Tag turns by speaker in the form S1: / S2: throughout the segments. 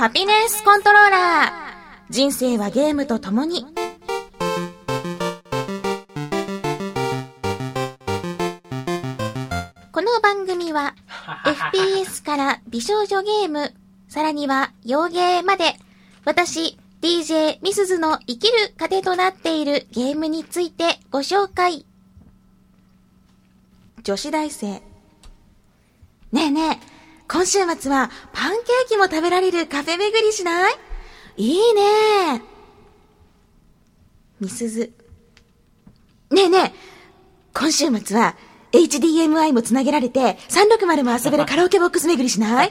S1: ハピネスコントローラー。人生はゲームとともに。この番組は FPS から美少女ゲーム、さらには洋ゲーまで、私 DJ ミスズの生きる糧となっているゲームについてご紹介。女子大生。ねえねえ、今週末はパンケーキも食べられるカフェ巡りしない？いいね。みすず。ねえねえ、今週末は HDMI もつなげられて360も遊べるカラオケボックス巡りしない？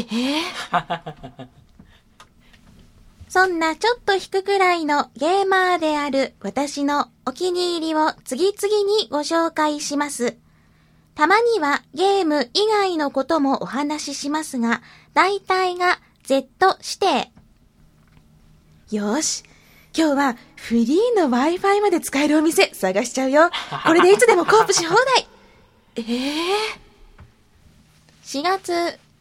S1: そんなちょっと引くくらいのゲーマーである私のお気に入りを次々にご紹介します。たまにはゲーム以外のこともお話ししますが、大体が Z 指定。よし、今日はフリーの Wi-Fi まで使えるお店探しちゃうよ。これでいつでもコープし放題。4月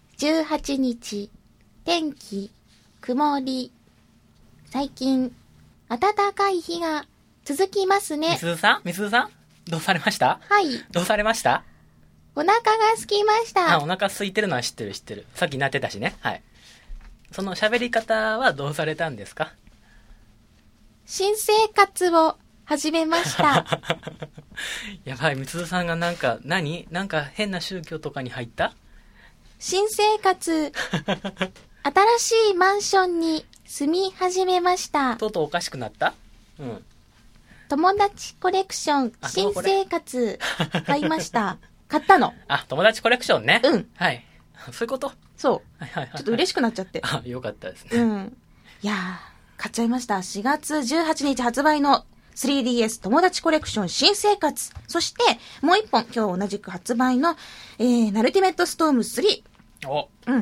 S1: 18日、天気、曇り。最近、暖かい日が続きますね。
S2: みすずさんどうされました？
S1: はい。
S2: どうされました？
S1: お腹が空きました。
S2: お腹空いてるのは知ってる。さっきなってたしね。はい。その喋り方はどうされたんですか？
S1: 新生活を始めました。
S2: やばい、みすずさんがなんか変な宗教とかに入った？
S1: 新生活、新しいマンションに住み始めました。
S2: とうとうおかしくなった？うん。
S1: 友達コレクション、新生活、買いました。買ったの。
S2: 友達コレクションね。
S1: うん。
S2: はい。そういうこと？
S1: そう。ちょっと嬉しくなっちゃって。
S2: よかったですね。
S1: うん。いやー、買っちゃいました。4月18日発売の 3DS 友達コレクション新生活。そして、もう一本、今日同じく発売の、ナルティメットストーム3。うん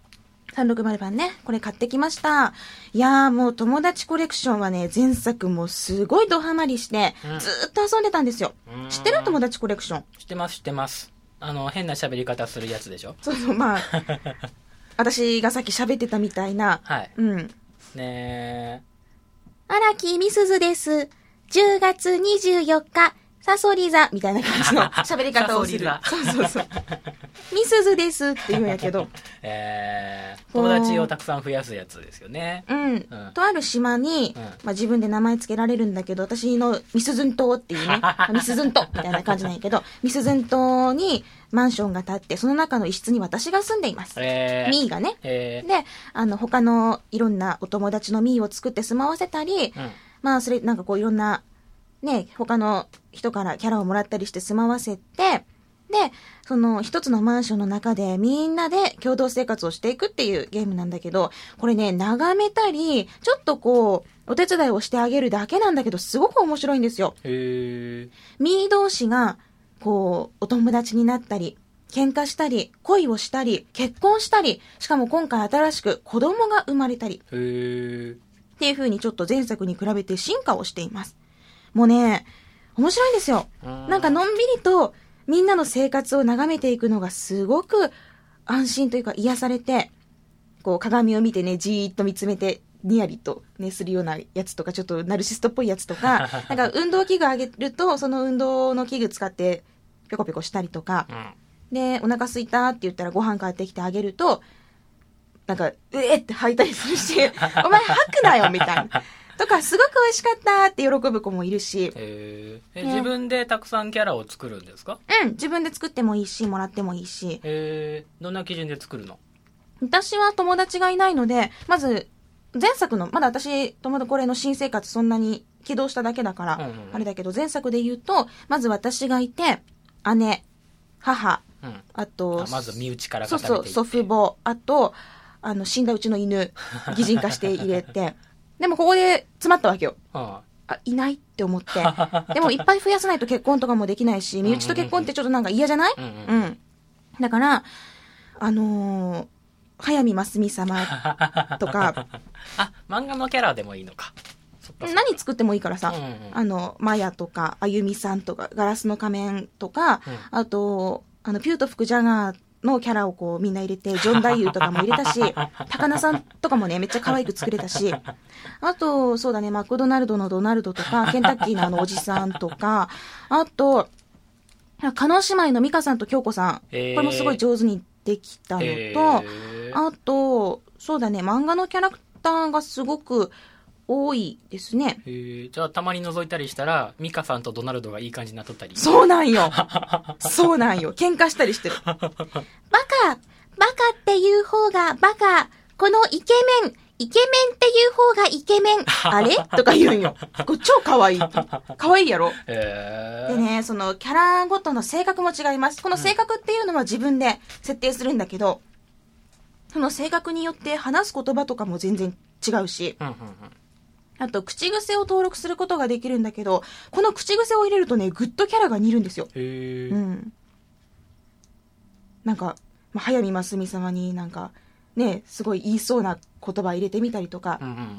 S1: 。360版ね。これ買ってきました。いやーもう友達コレクションはね、前作もすごいドハマりして、ずーっと遊んでたんですよ。知ってる？友達コレクション。
S2: 知ってます。変な喋り方するやつでしょ？
S1: そう、まあ、私がさっき喋ってたみたいな。
S2: はい。
S1: うん。 荒木みすずです。10月24日、サソリ座みたいな感じの喋り方をする。そう。みすずですって言うんやけど。
S2: 友達をたくさん増やすやつですよね。
S1: うん。とある島に、自分で名前つけられるんだけど、私のみすずん島っていうね、みすずん島みたいな感じなんやけど、みすずん島にマンションが建って、その中の一室に私が住んでいます。みーがね。で、他のいろんなお友達のみーを作って住まわせたり、それなんかこういろんな、ね、他の人からキャラをもらったりして住まわせて、で、その一つのマンションの中でみんなで共同生活をしていくっていうゲームなんだけど、これね、眺めたり、ちょっとこう、お手伝いをしてあげるだけなんだけど、すごく面白いんですよ。ミー同士が、こう、お友達になったり、喧嘩したり、恋をしたり、結婚したり、しかも今回新しく子供が生まれたり、っていう風にちょっと前作に比べて進化をしています。もうね、面白いんですよ。なんかのんびりとみんなの生活を眺めていくのがすごく安心というか癒されて、こう鏡を見てね、じーっと見つめてニヤリとね、するようなやつとか、ちょっとナルシストっぽいやつとか、なんか運動器具あげると、その運動の器具使ってぴょこぴょこしたりとか、で、お腹すいたって言ったらご飯買ってきてあげると、なんか、って吐いたりするし、お前吐くなよみたいな。とか、すごく美味しかったって喜ぶ子もいるし。
S2: 自分でたくさんキャラを作るんですか？
S1: うん、自分で作ってもいいし、もらってもいいし。
S2: どんな基準で作るの？
S1: 私は友達がいないので、まず、前作の、まだ私、これの新生活そんなに起動しただけだから、あれだけど、前作で言うと、まず私がいて、姉、母、あと、
S2: まず身内から固めていって。
S1: 祖父母、あと、死んだうちの犬、擬人化して入れて、でもここで詰まったわけよ。いないって思って。でもいっぱい増やさないと結婚とかもできないし、身内と結婚ってちょっとなんか嫌じゃない？だから、早見ますみ様とか。
S2: 漫画のキャラでもいいのか。
S1: 何作ってもいいからさ、マヤとか、あゆみさんとか、ガラスの仮面とか、あと、ピューと吹くジャガーのキャラをこうみんな入れて、ジョン・ダイユーとかも入れたし、高菜さんとかもね、めっちゃ可愛く作れたし、あと、そうだね、マクドナルドのドナルドとか、ケンタッキーのおじさんとか、あと、加納姉妹の美香さんと京子さん、これもすごい上手にできたのと、あと、そうだね、漫画のキャラクターがすごく多いですね。
S2: じゃあたまに覗いたりしたらミカさんとドナルドがいい感じになっとったり。
S1: そうなんよ。そうなんよ。喧嘩したりしてる。バカっていう方がバカ。このイケメンっていう方がイケメン。あれとか言うんよ。これ超可愛い。可愛いやろ。でね、そのキャラごとの性格も違います。この性格っていうのは自分で設定するんだけど、その性格によって話す言葉とかも全然違うし、あと口癖を登録することができるんだけど、この口癖を入れるとね、グッドキャラが似るんですよ。なんか、早見真澄様になんかね、すごい言いそうな言葉入れてみたりとか、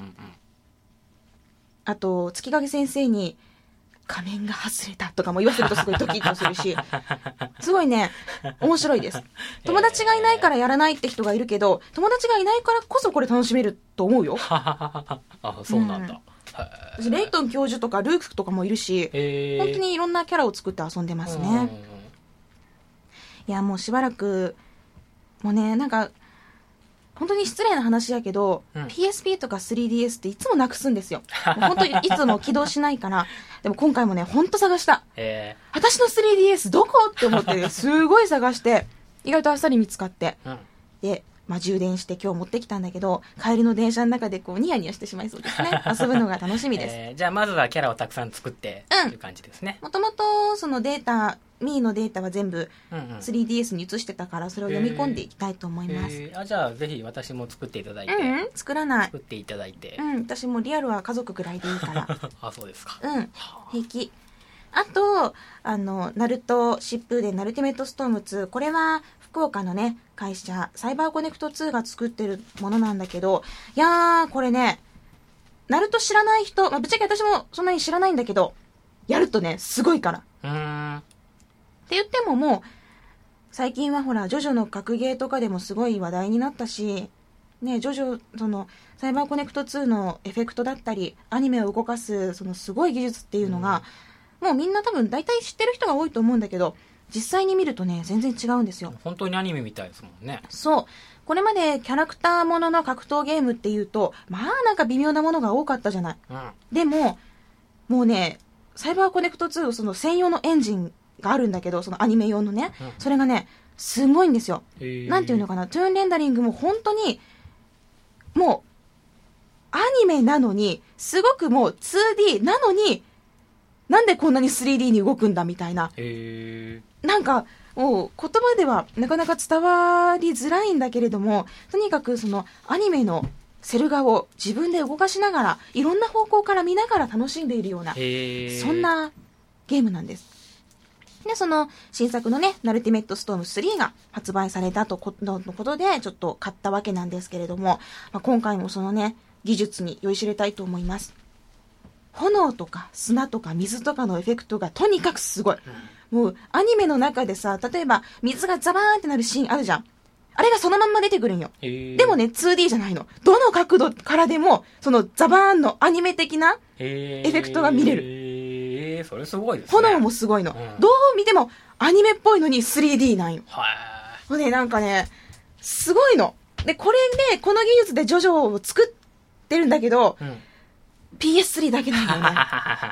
S1: あと月影先生に仮面が外れたとかも言わせるとすごいドキッとするし、すごいね、面白いです。友達がいないからやらないって人がいるけど、友達がいないからこそこれ楽しめると思うよ。
S2: あ、そうなんだ。
S1: レイトン教授とかルークとかもいるし、本当にいろんなキャラを作って遊んでますね。いや、もうしばらく、もうね、なんか、本当に失礼な話やけど、PSP とか 3DS っていつもなくすんですよ。本当にいつも起動しないから。でも今回もね、本当探した。私の 3DS どこって思って、すごい探して、意外とあっさり見つかって。で、充電して今日持ってきたんだけど、帰りの電車の中でこうニヤニヤしてしまいそうですね。遊ぶのが楽しみです。
S2: じゃあまずはキャラをたくさん作ってという感じですね。
S1: もともとそのデータ、ミーのデータは全部 3DS に移してたから、それを読み込んでいきたいと思います。
S2: じゃあぜひ私も作っていただいて。
S1: 作らない。
S2: 作っていただいて。
S1: 私もリアルは家族ぐらいでいいから。
S2: あ、そうですか。
S1: 平気。あと、ナルト疾風伝ナルティメットストーム2。これは福岡のね、会社、サイバーコネクト2が作ってるものなんだけど、いやー、これね、ナルト知らない人、ぶっちゃけ私もそんなに知らないんだけど、やるとね、すごいから。って言ってももう、最近はほら、ジョジョの格ゲーとかでもすごい話題になったし、ね、ジョジョ、サイバーコネクト2のエフェクトだったり、アニメを動かす、すごい技術っていうのが、もうみんな多分大体知ってる人が多いと思うんだけど、実際に見るとね、全然違うんですよ。
S2: 本当にアニメみたいですもんね。
S1: そう。これまでキャラクターものの格闘ゲームっていうと、なんか微妙なものが多かったじゃない。でも、もうね、サイバーコネクト2のその専用のエンジンがあるんだけど、そのアニメ用のね、それがね、すごいんですよ。なんていうのかな、トゥーンレンダリングも本当に、もう、アニメなのに、すごくもう 2D なのに、なんでこんなに 3D に動くんだみたいな。なんか、もう言葉ではなかなか伝わりづらいんだけれども、とにかくそのアニメのセル画を自分で動かしながら、いろんな方向から見ながら楽しんでいるような、そんなゲームなんです。で、その新作のね、ナルティメットストーム3が発売されたのことで、ちょっと買ったわけなんですけれども、今回もそのね、技術に酔いしれたいと思います。炎とか砂とか水とかのエフェクトがとにかくすごい。もうアニメの中でさ、例えば水がザバーンってなるシーンあるじゃん。あれがそのまんま出てくるんよ。でもね、2D じゃないの。どの角度からでも、そのザバーンのアニメ的なエフェクトが見れる。
S2: それすごいですね。
S1: 炎もすごいの。どう見てもアニメっぽいのに 3D なんよ。もうね、なんかね、すごいの。で、これで、この技術でジョジョを作ってるんだけど、PS3 だけなんだよね。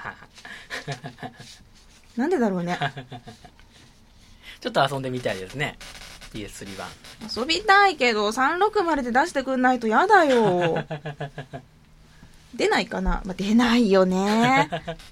S1: なんでだろうね。
S2: ちょっと遊んでみたいですね。PS3 版。
S1: 遊びたいけど、360で出してくんないとやだよ。出ないかな、出ないよね。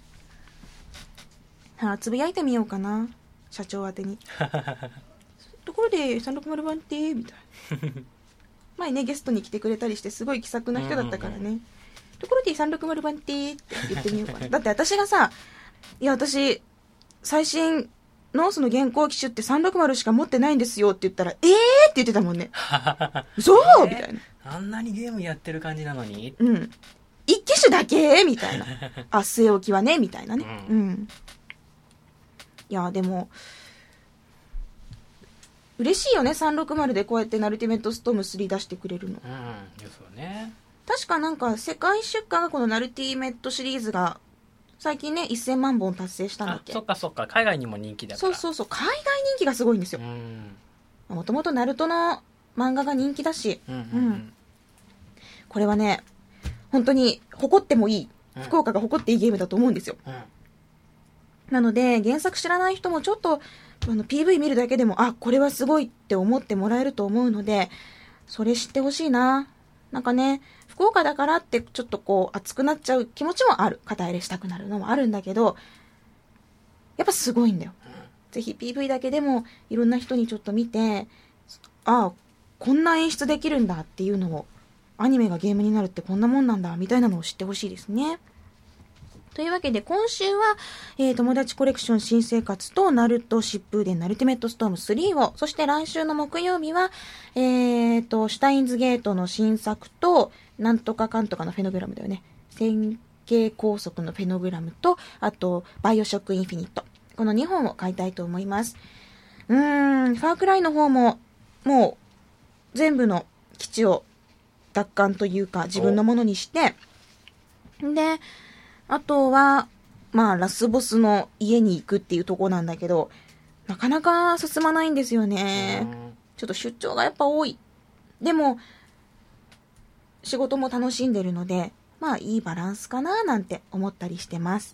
S1: つぶやいてみようかな。社長宛てに。ところで、360版って、みたいな。前ね、ゲストに来てくれたりして、すごい気さくな人だったからね。ところで360番って言ってみようかな。だって私がさ、いや私最新のその現行機種って360しか持ってないんですよって言ったら、って言ってたもんね。嘘みたいな。
S2: あんなにゲームやってる感じなのに。
S1: 一機種だけみたいな。据え置きはねみたいなね。いやでも嬉しいよね、360でこうやってナルティメットストーム3出してくれるの。
S2: ですよね。
S1: 確かなんか世界出荷がこのナルティメットシリーズが最近ね1000万本達成したんだっけ。
S2: そっかそっか、海外にも人気だから。
S1: そう、海外人気がすごいんですよ。もともとナルトの漫画が人気だし、これはね本当に誇ってもいい、福岡が誇っていいゲームだと思うんですよ。なので原作知らない人もちょっとPV 見るだけでもこれはすごいって思ってもらえると思うので、それ知ってほしいな。なんかね、福岡だからってちょっとこう熱くなっちゃう気持ちもある、肩入れしたくなるのもあるんだけど、やっぱすごいんだよ。ぜひ PV だけでもいろんな人にちょっと見て、こんな演出できるんだっていうのを、アニメがゲームになるってこんなもんなんだみたいなのを知ってほしいですね。というわけで今週は、友達コレクション新生活とナルト疾風伝ナルティメットストーム3を、そして来週の木曜日は、シュタインズゲートの新作と、なんとかかんとかのフェノグラムだよね。線形高速のフェノグラムと、あと、バイオショックインフィニット。この2本を買いたいと思います。ファークライの方も、もう、全部の基地を奪還というか、自分のものにして、で、あとは、ラスボスの家に行くっていうとこなんだけど、なかなか進まないんですよね。ちょっと出張がやっぱ多い。でも、仕事も楽しんでるので、いいバランスかななんて思ったりしてます。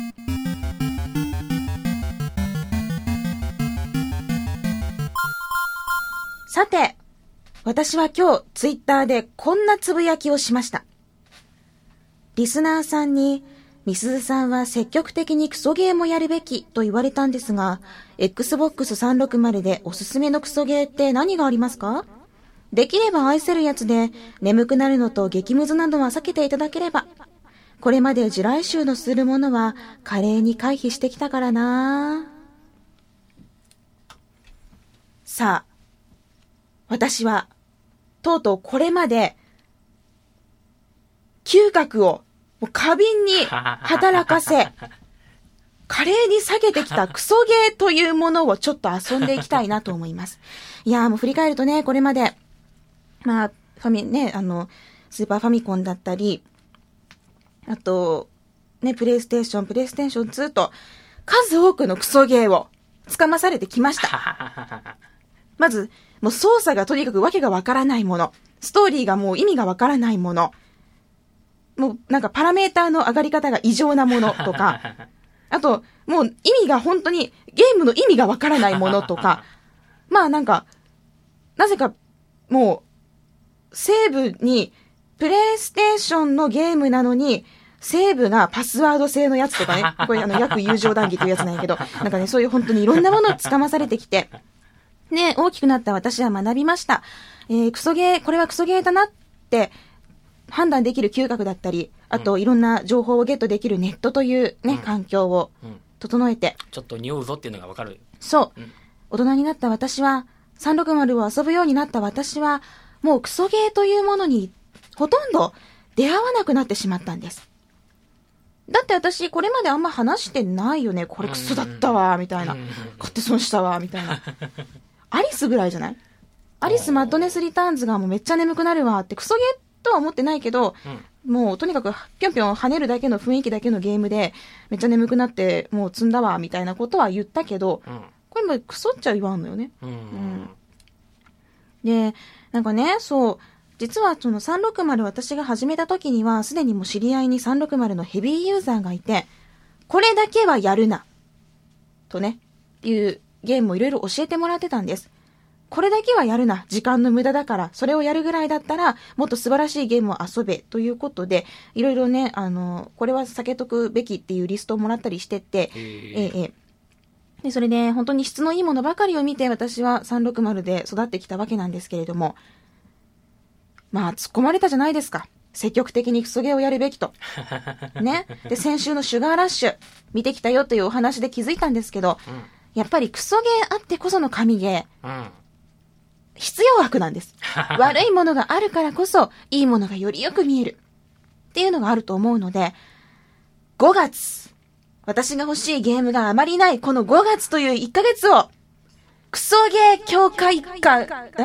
S1: さて、私は今日ツイッターでこんなつぶやきをしました。リスナーさんに、みすずさんは積極的にクソゲーもやるべきと言われたんですが、Xbox 360でおすすめのクソゲーって何がありますか？できれば愛せるやつで、眠くなるのと激ムズなどは避けていただければ。これまで地雷臭のするものは華麗に回避してきたからな。さあ、私は、とうとうこれまで、嗅覚をもう過敏に働かせ、華麗に下げてきたクソゲーというものをちょっと遊んでいきたいなと思います。いやーもう振り返るとね、これまで、スーパーファミコンだったり、あと、ね、プレイステーション2と、数多くのクソゲーをつかまされてきました。まず、もう操作がとにかくわけがわからないもの、ストーリーがもう意味がわからないもの、もうなんかパラメーターの上がり方が異常なものとか、あともう意味が本当にゲームの意味がわからないものとか、なんか、なぜかもうセーブにプレイステーションのゲームなのにセーブがパスワード制のやつとかね、これ約友情談義というやつなんやけど、なんかね、そういう本当にいろんなものをつかまされてきて、ね、大きくなった私は学びました。クソゲー、これはクソゲーだなって判断できる嗅覚だったり、あといろんな情報をゲットできるネットというね、環境を整えて、
S2: ちょっと匂うぞっていうのがわかる。
S1: そう、大人になった私は、360を遊ぶようになった私は、もうクソゲーというものにほとんど出会わなくなってしまったんです。だって私これまであんま話してないよね。これクソだったわみたいな、買って損したわみたいな。アリスぐらいじゃない？アリスマッドネスリターンズがもうめっちゃ眠くなるわってクソゲーとは思ってないけど、もうとにかくぴょんぴょん跳ねるだけの雰囲気だけのゲームでめっちゃ眠くなってもう積んだわみたいなことは言ったけど、これもクソっちゃ言わんのよね。で、なんかね、そう、実はその360私が始めた時にはすでにもう知り合いに360のヘビーユーザーがいて、これだけはやるなとね、いうゲームをいろいろ教えてもらってたんです。これだけはやるな、時間の無駄だから、それをやるぐらいだったらもっと素晴らしいゲームを遊べということで、いろいろね、これは避けとくべきっていうリストをもらったりしてて、でそれで本当に質のいいものばかりを見て私は360で育ってきたわけなんですけれども、突っ込まれたじゃないですか。積極的にクソゲーをやるべきと。ね。で、先週のシュガーラッシュ見てきたよというお話で気づいたんですけど、やっぱりクソゲーあってこその神ゲー。必要悪なんです。悪いものがあるからこそ、いいものがよりよく見える。っていうのがあると思うので、5月、私が欲しいゲームがあまりないこの5月という1ヶ月を、 クソゲー強化一貫、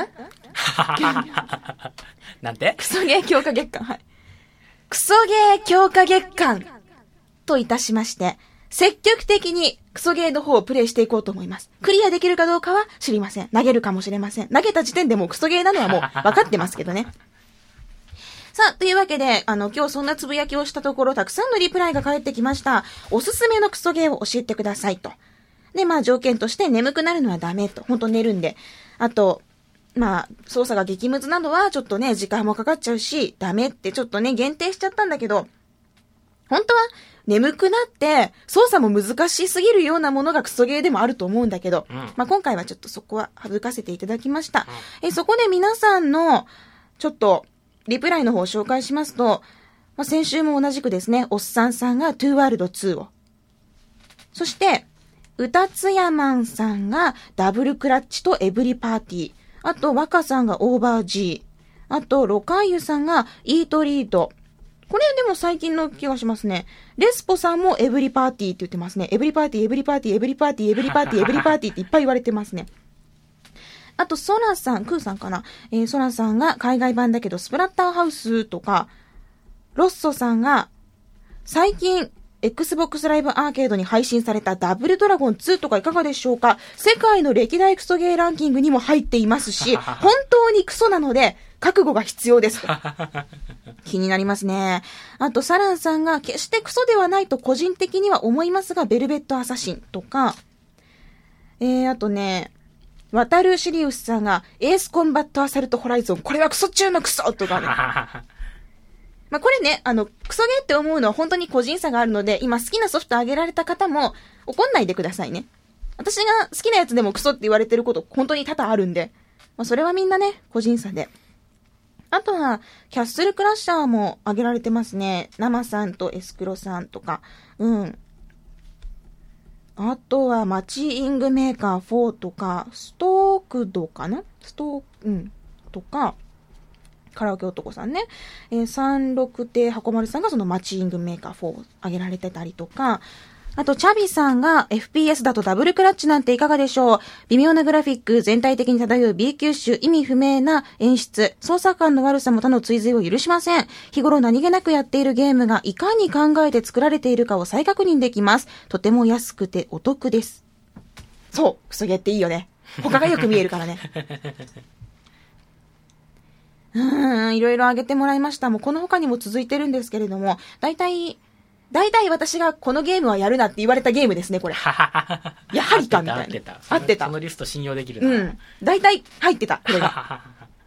S2: なんて
S1: クソゲー強化月間、はい。クソゲー強化月間といたしまして、積極的にクソゲーの方をプレイしていこうと思います。クリアできるかどうかは知りません。投げるかもしれません。投げた時点でもうクソゲーなのはもう分かってますけどね。さあ、というわけで、今日そんなつぶやきをしたところ、たくさんのリプライが返ってきました。おすすめのクソゲーを教えてくださいと。で、まあ条件として眠くなるのはダメと。ほんと寝るんで。あと、まあ、操作が激ムズなのはちょっとね、時間もかかっちゃうし、ダメってちょっとね、限定しちゃったんだけど、本当は眠くなって操作も難しすぎるようなものがクソゲーでもあると思うんだけど、まあ今回はちょっとそこは省かせていただきました。そこで皆さんの、ちょっと、リプライの方を紹介しますと、まあ、先週も同じくですね、おっさんさんがトゥーワールド2を。そして、うたつやまんさんがダブルクラッチとエブリパーティー。あと、若さんがオーバー G。あと、ロカイユさんがイートリート。これでも最近の気がしますね。レスポさんもエブリパーティーって言ってますね。エブリパーティー、エブリパーティー、エブリパーティー、エブリパーティー、エブリパーティーっていっぱい言われてますね。あと、ソラさん、クーさんかな。ソラさんが海外版だけどスプラッターハウスとか、ロッソさんが最近、Xbox ライブアーケードに配信されたダブルドラゴン2とかいかがでしょうか。世界の歴代クソゲーランキングにも入っていますし、本当にクソなので、覚悟が必要ですと。気になりますね。あと、サランさんが決してクソではないと個人的には思いますが、ベルベットアサシンとか、あとね、ワタルシリウスさんがエースコンバットアサルトホライゾン、これはクソ中のクソとかね。まあ、これね、クソゲーって思うのは本当に個人差があるので、今好きなソフトあげられた方も怒んないでくださいね。私が好きなやつでもクソって言われてること本当に多々あるんで、まあ、それはみんなね、個人差で。あとは、キャッスルクラッシャーもあげられてますね。生さんとエスクロさんとか。うん。あとは、マチイングメーカー4とか、ストークドかなとか、カラオケ男さんね。36亭箱丸さんがそのマチイングメーカー4を挙げられてたりとか、あと、チャビさんが FPS だとダブルクラッチなんていかがでしょう。微妙なグラフィック、全体的に漂う B 級種、意味不明な演出、操作感の悪さも他の追随を許しません。日頃何気なくやっているゲームがいかに考えて作られているかを再確認できます。とても安くてお得です。そう、クソゲーっていいよね。他がよく見えるからね。いろいろ挙げてもらいました。もうこの他にも続いてるんですけれども、大体私がこのゲームはやるなって言われたゲームですね、これ。やはりか、みたいな。合ってた。
S2: そのリスト信用できるな。
S1: 大体入ってた、これが。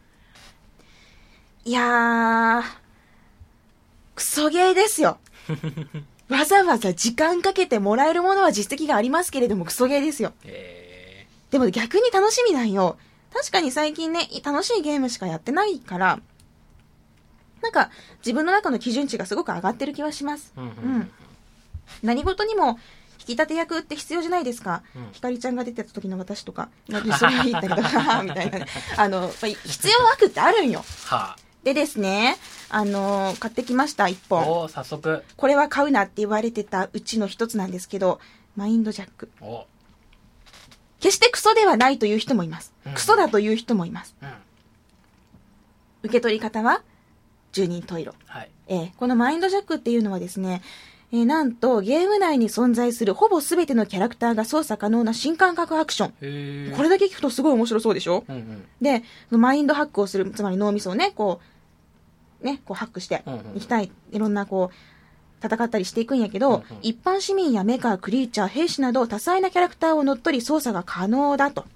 S1: いやー、クソゲーですよ。わざわざ時間かけてもらえるものは実績がありますけれども、クソゲーですよ。でも逆に楽しみなんよ。確かに最近ね、楽しいゲームしかやってないから、なんか自分の中の基準値がすごく上がってる気はします。何事にも引き立て役って必要じゃないですか。ひかりちゃんが出てた時の私とか、それはいいんだけど、みたいなね。必要悪ってあるんよ。でですね、買ってきました、一本。
S2: 早速。
S1: これは買うなって言われてたうちの一つなんですけど、マインドジャック。決してクソではないという人もいます。クソだという人もいます。受け取り方は十人十色。このマインドジャックっていうのはですね、なんとゲーム内に存在するほぼ全てのキャラクターが操作可能な新感覚アクション。これだけ聞くとすごい面白そうでしょ。で、マインドハックをする、つまり脳みそをね、こうハックしていきたい。いろんな戦ったりしていくんやけど、一般市民やメカ、クリーチャー、兵士など多彩なキャラクターを乗っ取り操作が可能だと。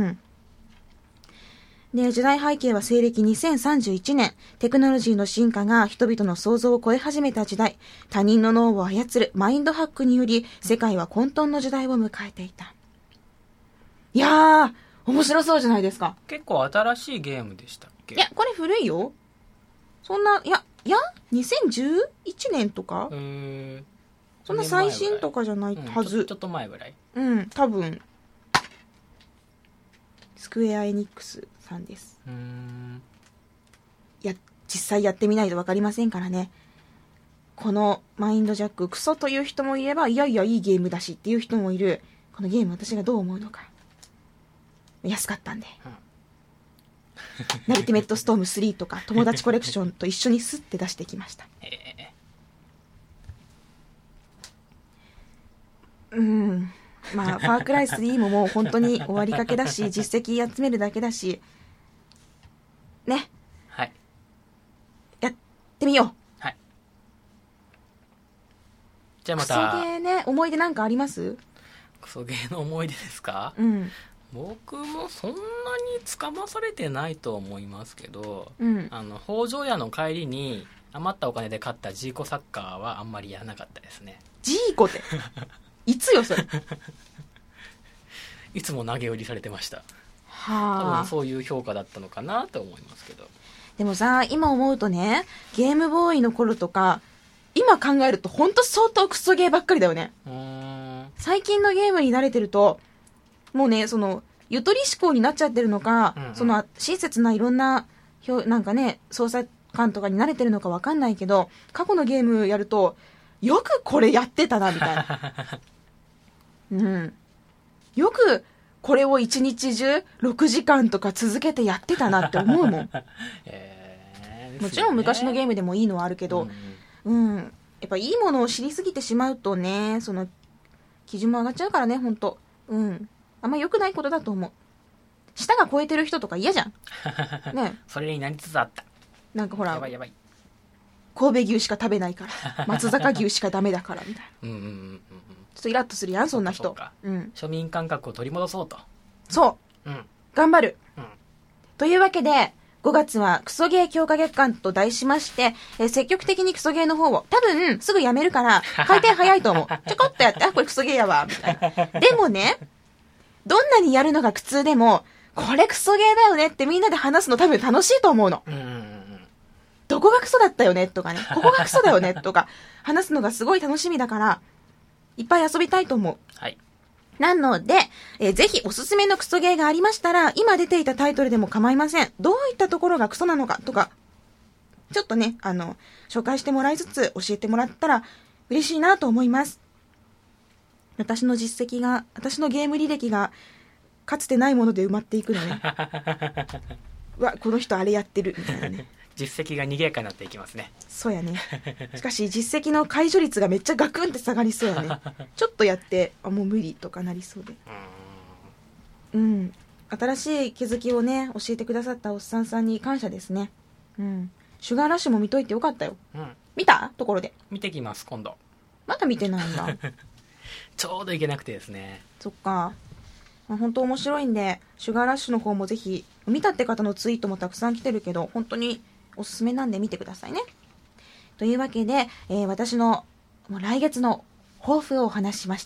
S1: で、時代背景は西暦2031年。テクノロジーの進化が人々の想像を超え始めた時代。他人の脳を操るマインドハックにより、世界は混沌の時代を迎えていた。いやー、面白そうじゃないですか。
S2: 結構新しいゲームでしたっけ？
S1: いや、これ古いよ。そんな、いや、2011年とかそんな最新とかじゃないはず。
S2: ちょっと前ぐらい。
S1: 多分。スクエアエニックスさんです。実際やってみないと分かりませんからね。このマインドジャック、クソという人もいれば、いやいやいいゲームだしっていう人もいる。このゲーム私がどう思うのか。 安かったんで、ナルティメットストーム3とか友達コレクションと一緒にスッて出してきました。まあファークライ3ももう本当に終わりかけだし、実績集めるだけだしね、
S2: はい、
S1: やってみよう。
S2: はい、じゃあまた。
S1: クソゲーね、思い出なんかあります？
S2: クソゲーの思い出ですか？僕もそんなにつかまされてないと思いますけど、北条屋の帰りに余ったお金で買ったジーコサッカーはあんまりやらなかったですね。
S1: ジーコっていつよそれ。
S2: いつも投げ売りされてました。
S1: はあ、
S2: 多分そういう評価だったのかなと思いますけど。
S1: でもさ、今思うとね、ゲームボーイの頃とか今考えると本当相当クソゲーばっかりだよね。最近のゲームに慣れてるともうね、そのゆとり思考になっちゃってるのか、その親切ないろんななんかね、操作感とかに慣れてるのかわかんないけど、過去のゲームやるとよくこれやってたなみたいな。よくこれを一日中6時間とか続けてやってたなって思うもん。もちろん昔のゲームでもいいのはあるけど、やっぱいいものを知りすぎてしまうとね、その基準も上がっちゃうからね、ほんと。あんま良くないことだと思う。舌が超えてる人とか嫌じゃん。ね。
S2: それになりつつあった。
S1: なんかほら、
S2: やばいやばい。
S1: 神戸牛しか食べないから、松坂牛しかダメだからみたいな。ちょっとイラッとするやん、そんな人。
S2: 庶民感覚を取り戻そうと。
S1: そう。頑張る。というわけで、5月はクソゲー強化月間と題しまして、積極的にクソゲーの方を、多分すぐやめるから、回転早いと思う。ちょこっとやって、あ、これクソゲーやわ、みたいな。でもね、どんなにやるのが苦痛でも、これクソゲーだよねってみんなで話すの多分楽しいと思うの。どこがクソだったよねとかね、ここがクソだよねとか、話すのがすごい楽しみだから、いっぱい遊びたいと思う。
S2: はい。
S1: なので、ぜひおすすめのクソゲーがありましたら、今出ていたタイトルでも構いません。どういったところがクソなのかとか、ちょっとね、紹介してもらいつつ教えてもらったら嬉しいなと思います。私の実績が、私のゲーム履歴が、かつてないもので埋まっていくのね。うわ、この人あれやってる、みたいなね。
S2: 実績が賑やかになっていきますね。
S1: そうやね。しかし実績の解除率がめっちゃガクンって下がりそうやね。ちょっとやってもう無理とかなりそうで。新しい気づきをね教えてくださったおっさんさんに感謝ですね。シュガーラッシュも見といてよかったよ。見たところで
S2: 見てきます今度。
S1: まだ見てないんだ。
S2: ちょうどいけなくてですね。
S1: そっか。本当面白いんでシュガーラッシュの方もぜひ、見たって方のツイートもたくさん来てるけど本当におすすめなんで見てくださいね。というわけで、私のもう来月の抱負をお話ししました。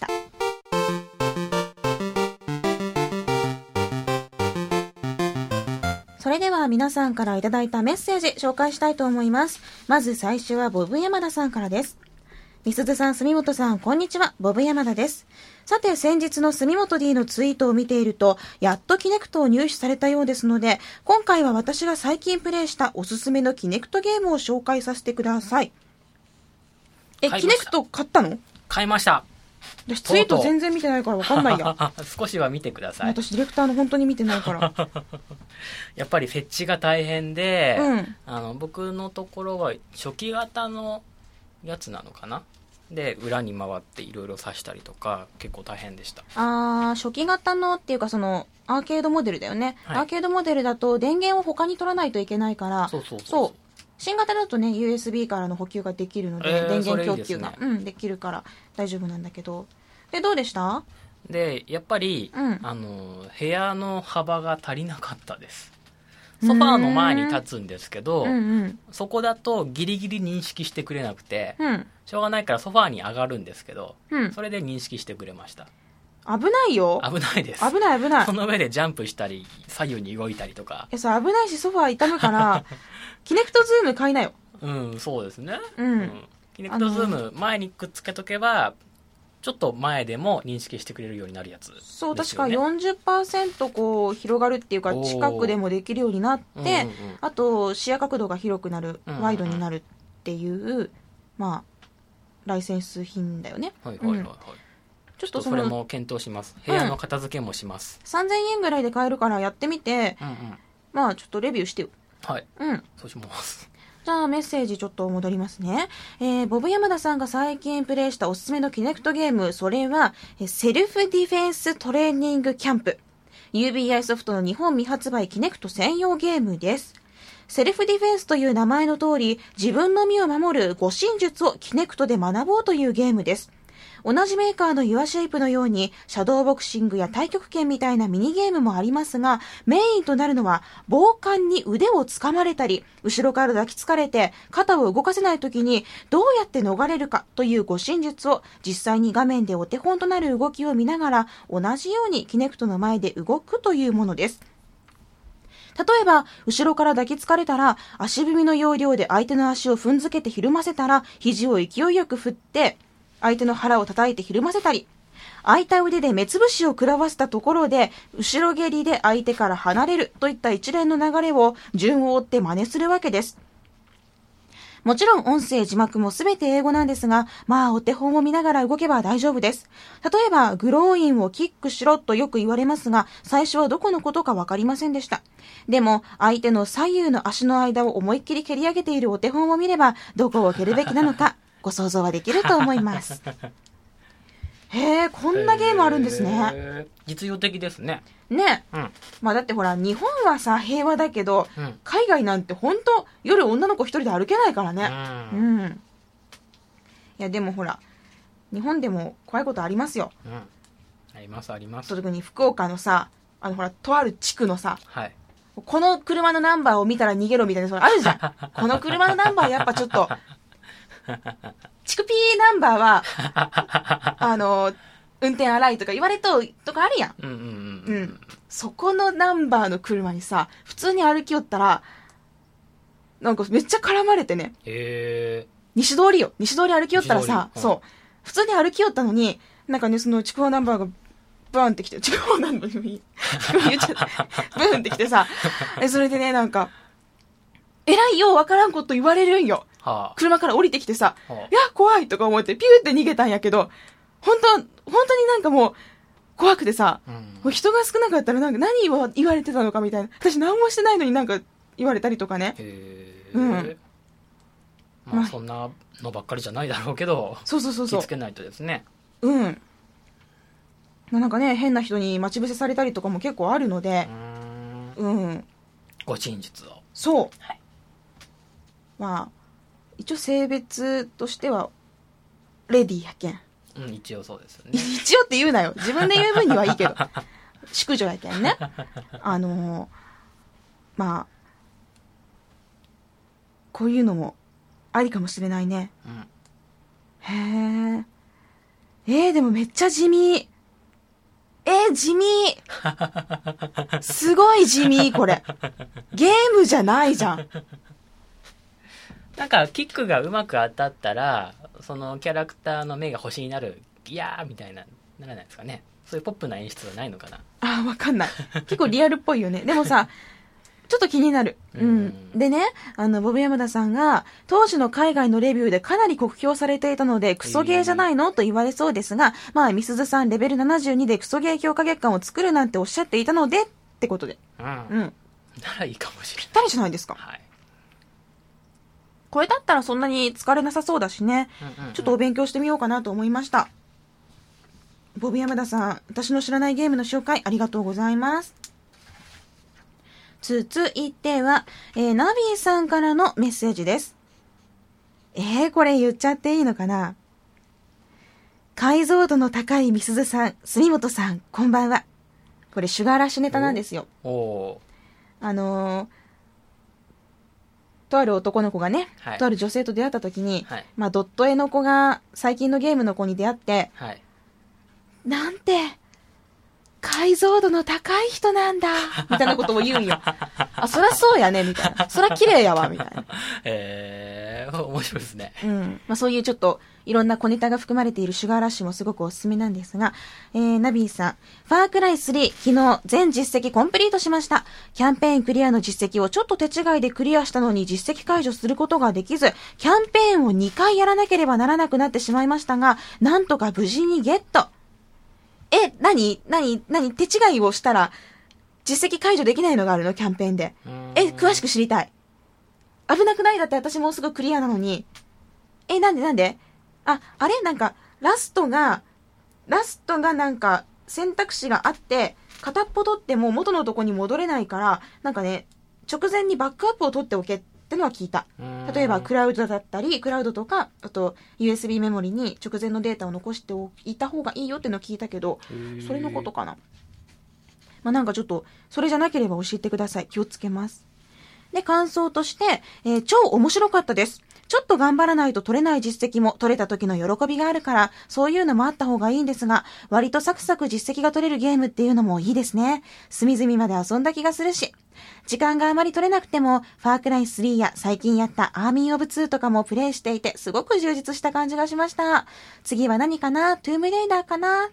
S1: それでは皆さんからいただいたメッセージ紹介したいと思います。まず最初はボブ山田さんからです。みすずさん、住本さん、こんにちは。ボブ山田です。さて、先日の住本 D のツイートを見ていると、やっとキネクトを入手されたようですので、今回は私が最近プレイしたおすすめのキネクトゲームを紹介させてください。キネクト買ったの？
S2: 買いました。
S1: 私ツイート全然見てないから分かんないや。
S2: 少しは見てください。
S1: 私ディレクターの本当に見てないから。
S2: やっぱり設置が大変で、僕のところは初期型のやつなのかなで裏に回っていろいろ刺したりとか結構大変でした。
S1: 初期型のっていうかそのアーケードモデルだよね、アーケードモデルだと電源を他に取らないといけないから、そう新型だとね USB からの補給ができるので、電源供給ができるから大丈夫なんだけど。でどうでした？
S2: でやっぱり、部屋の幅が足りなかったです。ソファーの前に立つんですけど、そこだとギリギリ認識してくれなくて、しょうがないからソファーに上がるんですけど、それで認識してくれました。
S1: 危ないよ。
S2: 危ないです。
S1: 危ない危ない。
S2: その上でジャンプしたり左右に動いたりとか。
S1: そう、危ないしソファー痛むからキネクトズーム買いなよ。
S2: そうですね。キネクトズーム前にくっつけとけばちょっと前でも認識してくれるようになるやつですよね。
S1: そう、確か 40% こう広がるっていうか近くでもできるようになって、あと視野角度が広くなる、ワイドになるっていう、まあライセンス品だよね。ちょ
S2: ちょっとそれも検討します。部屋の片付けもします。
S1: 3000円ぐらいで買えるからやってみて、まあちょっとレビューしてよ。
S2: はい。そうします。
S1: じゃあメッセージちょっと戻りますね。ボブ山田さんが最近プレイしたおすすめのキネクトゲーム、それは、セルフディフェンストレーニングキャンプ。UBI ソフトの日本未発売キネクト専用ゲームです。セルフディフェンスという名前の通り、自分の身を守る護身術をキネクトで学ぼうというゲームです。同じメーカーのユアシェイプのように、シャドーボクシングや太極拳みたいなミニゲームもありますが、メインとなるのは、暴漢に腕を掴まれたり、後ろから抱きつかれて、肩を動かせない時に、どうやって逃れるかという護身術を、実際に画面でお手本となる動きを見ながら、同じようにキネクトの前で動くというものです。例えば、後ろから抱きつかれたら、足踏みの要領で相手の足を踏んづけてひるませたら、肘を勢いよく振って、相手の腹を叩いてひるませたり、空いた腕で目つぶしを食らわせたところで、後ろ蹴りで相手から離れるといった一連の流れを順を追って真似するわけです。もちろん音声字幕もすべて英語なんですが、まあお手本を見ながら動けば大丈夫です。例えば、グローインをキックしろとよく言われますが、最初はどこのことかわかりませんでした。でも、相手の左右の足の間を思いっきり蹴り上げているお手本を見れば、どこを蹴るべきなのか、ご想像はできると思います。へえ、こんなゲームあるんですね。
S2: 実用的ですね。
S1: ね、まあだってほら、日本はさ、平和だけど、海外なんてほんと、夜女の子一人で歩けないからね。いや、でもほら、日本でも怖いことありますよ。
S2: あります、あります。
S1: 特に福岡のさ、ほら、とある地区のさ、
S2: はい。
S1: この車のナンバーを見たら逃げろみたいな、それあるじゃん。この車のナンバーやっぱちょっと、チクピーナンバーは、運転荒いとか言われとかあるやん。そこのナンバーの車にさ、普通に歩きよったら、なんかめっちゃ絡まれてね。西通りよ。西通り歩きよったらさ、そう。普通に歩きよったのに、なんかね、そのちくわナンバーが、バーンってきて、ちくわナンバー言っちゃった。ブーンってきてさ、それでね、なんか、えらいようわからんこと言われるんよ。車から降りてきてさ、いや、怖いとか思ってピューって逃げたんやけど、本当になんかもう、怖くてさ、もう人が少なかったらなんか何を言われてたのかみたいな。私何もしてないのになんか言われたりとかね。
S2: まあそんなのばっかりじゃないだろうけど、そう気をつけないとですね。
S1: なんかね、変な人に待ち伏せされたりとかも結構あるので、
S2: 護身術を。
S1: そう。まあ、一応性別としては、レディーやけん。
S2: 一応そうですよね。
S1: 一応って言うなよ。自分で言う分にはいいけど。淑女やけんね。まあ、こういうのもありかもしれないね。へえ。でもめっちゃ地味。地味。すごい地味、これ。ゲームじゃないじゃん。
S2: なんか、キックがうまく当たったら、そのキャラクターの目が星になる、ギャーみたいな、ならないですかね。そういうポップな演出はないのかな。
S1: わかんない。結構リアルっぽいよね。でもさ、ちょっと気になる。でね、ボブ山田さんが、当時の海外のレビューでかなり酷評されていたので、クソゲーじゃないのと言われそうですが、まあ、みすずさんレベル72でクソゲー強化月間を作るなんておっしゃっていたので、ってことで。
S2: ならいいかもしれない。
S1: ぴったりじゃないですか。
S2: はい。
S1: これだったらそんなに疲れなさそうだしね、ちょっとお勉強してみようかなと思いました。ボブ山田さん、私の知らないゲームの紹介ありがとうございます。続いては、ナビーさんからのメッセージです。これ言っちゃっていいのかな。解像度の高いみすずさん、住本さん、こんばんは。これシュガーラッシュネタなんですよ。とある男の子がね、とある女性と出会った時に、まあドット絵の子が最近のゲームの子に出会って、なんて解像度の高い人なんだみたいなことを言うんよ。そりゃそうやねみたいな。そりゃ綺麗やわみたいな。
S2: 面白いですね。
S1: まあそういうちょっといろんな小ネタが含まれているシュガーラッシュもすごくおすすめなんですが、ナビーさん、ファークライ3、昨日全実績コンプリートしました。キャンペーンクリアの実績をちょっと手違いでクリアしたのに実績解除することができず、キャンペーンを2回やらなければならなくなってしまいましたが、なんとか無事にゲット。 何手違いをしたら、実績解除できないのがあるのキャンペーンで。詳しく知りたい。危なくない？だって私もうすぐクリアなのに。なんであれなんか、ラストがなんか、選択肢があって、片っぽ取っても元のとこに戻れないから、なんかね、直前にバックアップを取っておけってのは聞いた。例えば、クラウドだったり、クラウドとか、あと、USB メモリに直前のデータを残しておいた方がいいよってのを聞いたけど、それのことかな。なんかちょっと、それじゃなければ教えてください。気をつけます。で、感想として、超面白かったです。ちょっと頑張らないと取れない実績も取れた時の喜びがあるから、そういうのもあった方がいいんですが、割とサクサク実績が取れるゲームっていうのもいいですね。隅々まで遊んだ気がするし。時間があまり取れなくても、ファークライ3や最近やったアーミーオブ2とかもプレイしていて、すごく充実した感じがしました。次は何かな？トゥームレイダーかな？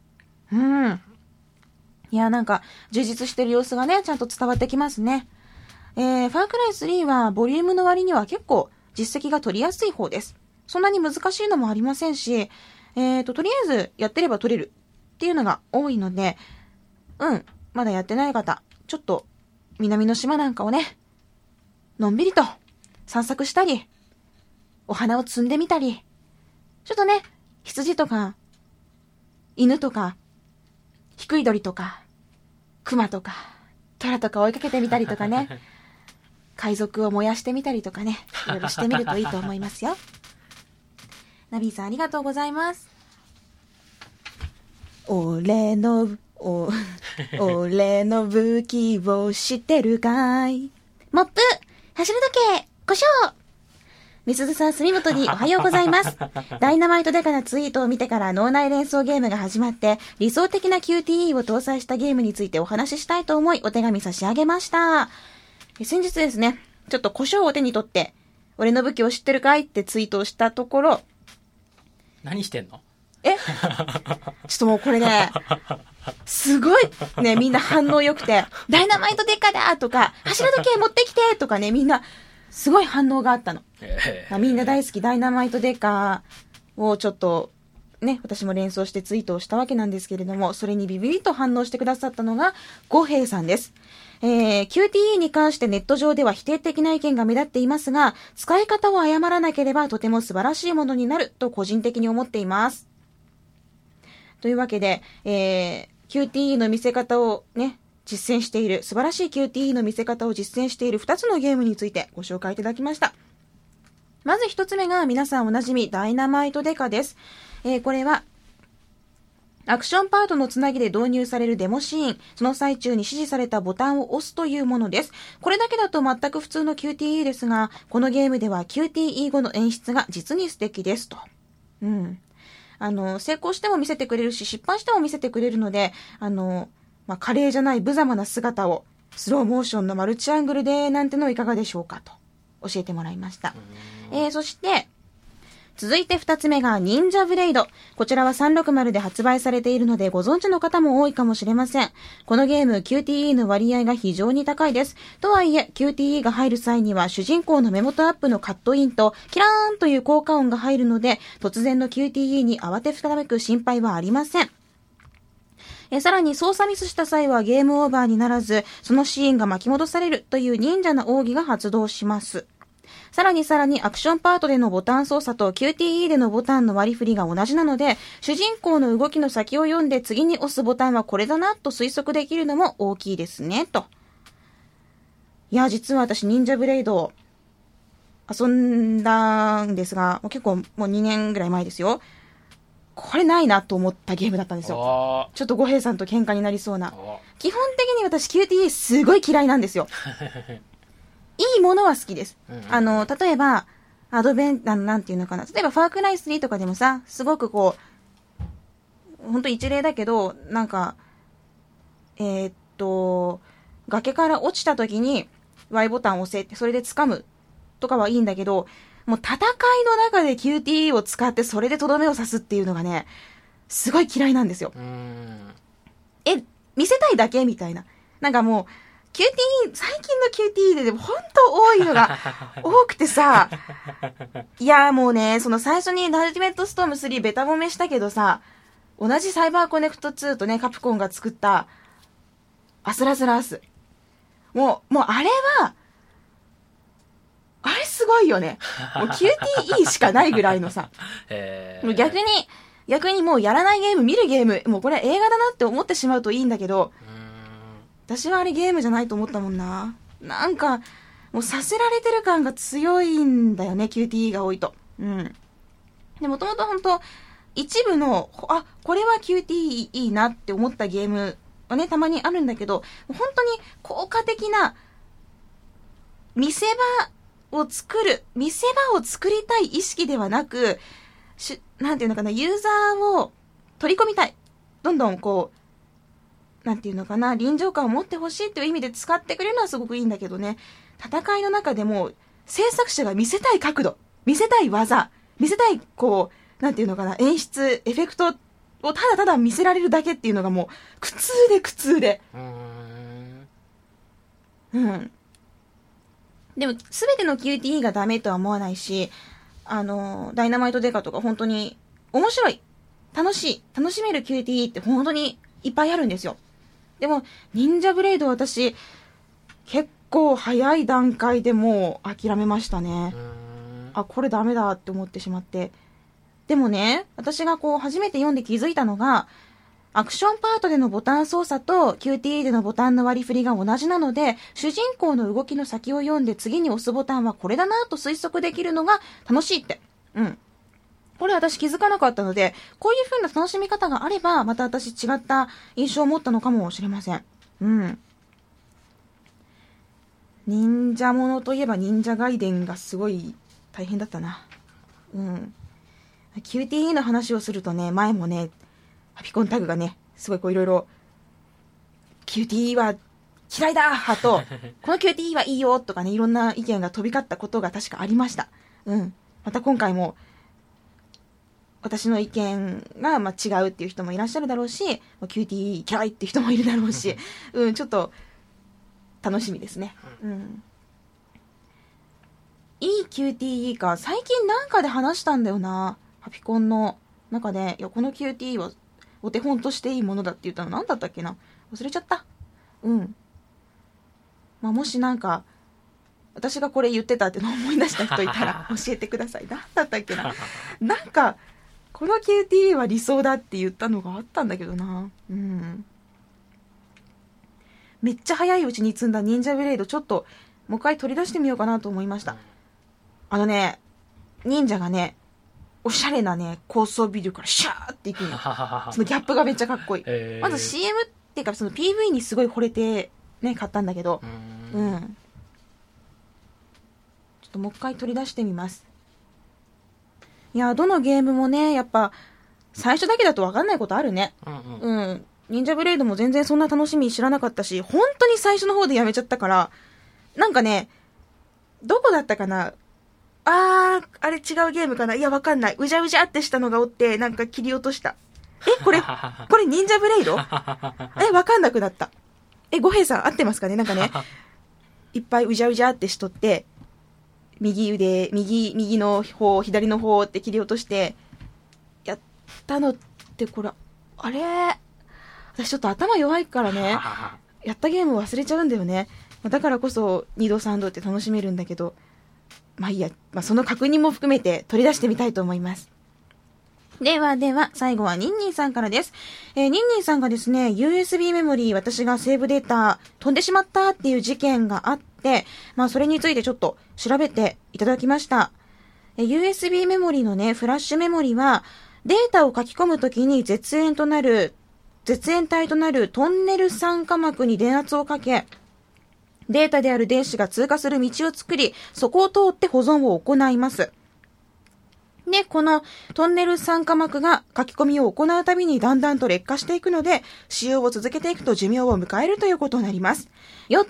S1: いや、なんか、充実してる様子がね、ちゃんと伝わってきますね。ファークライ3は、ボリュームの割には結構、実績が取りやすい方です。そんなに難しいのもありませんし、とりあえず、やってれば取れるっていうのが多いので、まだやってない方、ちょっと、南の島なんかをね、のんびりと、散策したり、お花を摘んでみたり、ちょっとね、羊とか、犬とか、ヒクイドリとか、クマとか、トラとか追いかけてみたりとかね、海賊を燃やしてみたりとかね、いろいろしてみるといいと思いますよ。ナビーさんありがとうございます。俺の武器を知ってるかい？モップ、走る時計、故障。みすずさん、住本におはようございます。ダイナマイトデカなツイートを見てから脳内連想ゲームが始まって、理想的な QTE を搭載したゲームについてお話ししたいと思い、お手紙差し上げました。先日ですね、ちょっと胡椒を手に取って、俺の武器を知ってるかいってツイートをしたところ、
S2: 何してんの？
S1: ちょっともうこれね、すごいね、みんな反応良くて、ダイナマイトデカだとか、柱時計持ってきてとかね、みんな、すごい反応があったの。みんな大好きダイナマイトデカをちょっとね、私も連想してツイートをしたわけなんですけれども、それにビビビと反応してくださったのが五平さんです。QTE に関してネット上では否定的な意見が目立っていますが、使い方を誤らなければとても素晴らしいものになると個人的に思っています。というわけで、QTE の見せ方をね、実践している、素晴らしい QTE の見せ方を実践している2つのゲームについてご紹介いただきました。まず1つ目が皆さんおなじみダイナマイトデカです。これはアクションパートのつなぎで導入されるデモシーン、その最中に指示されたボタンを押すというものです。これだけだと全く普通の QTE ですが、このゲームでは QTE 後の演出が実に素敵ですと。成功しても見せてくれるし、失敗しても見せてくれるので、華麗じゃない無様な姿をスローモーションのマルチアングルでなんてのいかがでしょうかと教えてもらいました。そして続いて2つ目が忍者ブレイド。こちらは360で発売されているのでご存知の方も多いかもしれません。このゲーム QTE の割合が非常に高いです。とはいえ QTE が入る際には主人公の目元アップのカットインとキラーンという効果音が入るので、突然の QTE に慌てふためく心配はありません。さらに操作ミスした際はゲームオーバーにならず、そのシーンが巻き戻されるという忍者な奥義が発動します。さらにアクションパートでのボタン操作と QTE でのボタンの割り振りが同じなので、主人公の動きの先を読んで次に押すボタンはこれだなと推測できるのも大きいですね、と。いや、実は私忍者ブレイドを遊んだんですが、結構もう2年ぐらい前ですよ。これないなと思ったゲームだったんですよ。ちょっと五平さんと喧嘩になりそうな。基本的に私 QTE すごい嫌いなんですよ。いいものは好きです。例えば、なんていうのかな。例えば、ファークライ3とかでもさ、すごくこう、ほんと一例だけど、なんか、崖から落ちた時に Y ボタンを押せって、それで掴むとかはいいんだけど、もう戦いの中で QTE を使ってそれでとどめを刺すっていうのがね、すごい嫌いなんですよ。見せたいだけみたいな。なんかもう、QTE、最近の QTE でほんと多いのが多くてさ、いやもうね、その最初にアルティメットストーム3ベタ褒めしたけどさ、 同じサイバーコネクト2とね、カプコンが作ったアスラズラース。もうあれは、あれすごいよね。もう QTE しかないぐらいのさ。もう逆にもうやらないゲーム、見るゲーム、もうこれ映画だなって思ってしまうといいんだけど、私はあれゲームじゃないと思ったもんな。なんか、もうさせられてる感が強いんだよね、QTE が多いと。うん。で、もともとほんと、一部の、これは QTE いいなって思ったゲームはね、たまにあるんだけど、本当に効果的な見せ場を作りたい意識ではなく、なんていうのかな、ユーザーを取り込みたい。どんどんこう、なんていうのかな、臨場感を持ってほしいという意味で使ってくれるのはすごくいいんだけどね、戦いの中でも制作者が見せたい角度、見せたい技、見せたいこう、なんていうのかな、演出、エフェクトをただただ見せられるだけっていうのがもう苦痛で。うん。でも全ての QTE がダメとは思わないし、ダイナマイトデカとか本当に面白い、楽しめる QTE って本当にいっぱいあるんですよ。でも忍者ブレイド私結構早い段階でもう諦めましたね。これダメだって思ってしまって。でもね、私がこう初めて読んで気づいたのが、アクションパートでのボタン操作と QTE でのボタンの割り振りが同じなので、主人公の動きの先を読んで次に押すボタンはこれだなと推測できるのが楽しいって。うん。これ私気づかなかったので、こういう風な楽しみ方があれば、また私違った印象を持ったのかもしれません。うん。忍者ものといえば忍者ガイデンがすごい大変だったな。うん。QTE の話をするとね、前もね、ハピコンタグがね、すごいこういろいろ QTE は嫌いだ派とこの QTE はいいよとかね、いろんな意見が飛び交ったことが確かありました。うん。また今回も私の意見が違うっていう人もいらっしゃるだろうし、QTE 嫌いっていう人もいるだろうし、うん、ちょっと楽しみですね。うん。いい QTE か、最近なんかで話したんだよな。ハピコンの中で、いや、この QTE はお手本としていいものだって言ったの何だったっけな、忘れちゃった。うん。もしなんか私がこれ言ってたってのを思い出した人いたら教えてください。何だったっけな、なんかこの QTE は理想だって言ったのがあったんだけどな。うん。めっちゃ早いうちに積んだ忍者ブレード、ちょっともう一回取り出してみようかなと思いました。忍者がね、おしゃれなね、高層ビルからシャーっていくの。そのギャップがめっちゃかっこいい。まず CM っていうか、その PV にすごい惚れてね、買ったんだけど、うん。ちょっともう一回取り出してみます。いや、どのゲームもね、やっぱ、最初だけだと分かんないことあるね。うん。忍者ブレイドも全然そんな楽しみ知らなかったし、本当に最初の方でやめちゃったから、なんかね、どこだったかな、あれ違うゲームかな、いやわかんない。うじゃうじゃってしたのがおって、なんか切り落とした。これ忍者ブレイドわかんなくなった。五平さん合ってますかね、なんかね、いっぱいうじゃうじゃってしとって、右腕、右の方、左の方って切り落として、やったのってこれ、私ちょっと頭弱いからね、やったゲーム忘れちゃうんだよね。だからこそ2度3度って楽しめるんだけど、いいや、その確認も含めて取り出してみたいと思います。では、最後はニンニンさんからです。ニンニンさんがですね、USB メモリー、私がセーブデータ飛んでしまったっていう事件があって、それについてちょっと調べていただきました。USB メモリーのね、フラッシュメモリーは、データを書き込むときに絶縁体となるトンネル酸化膜に電圧をかけ、データである電子が通過する道を作り、そこを通って保存を行います。で、このトンネル酸化膜が書き込みを行うたびにだんだんと劣化していくので、使用を続けていくと寿命を迎えるということになります。よって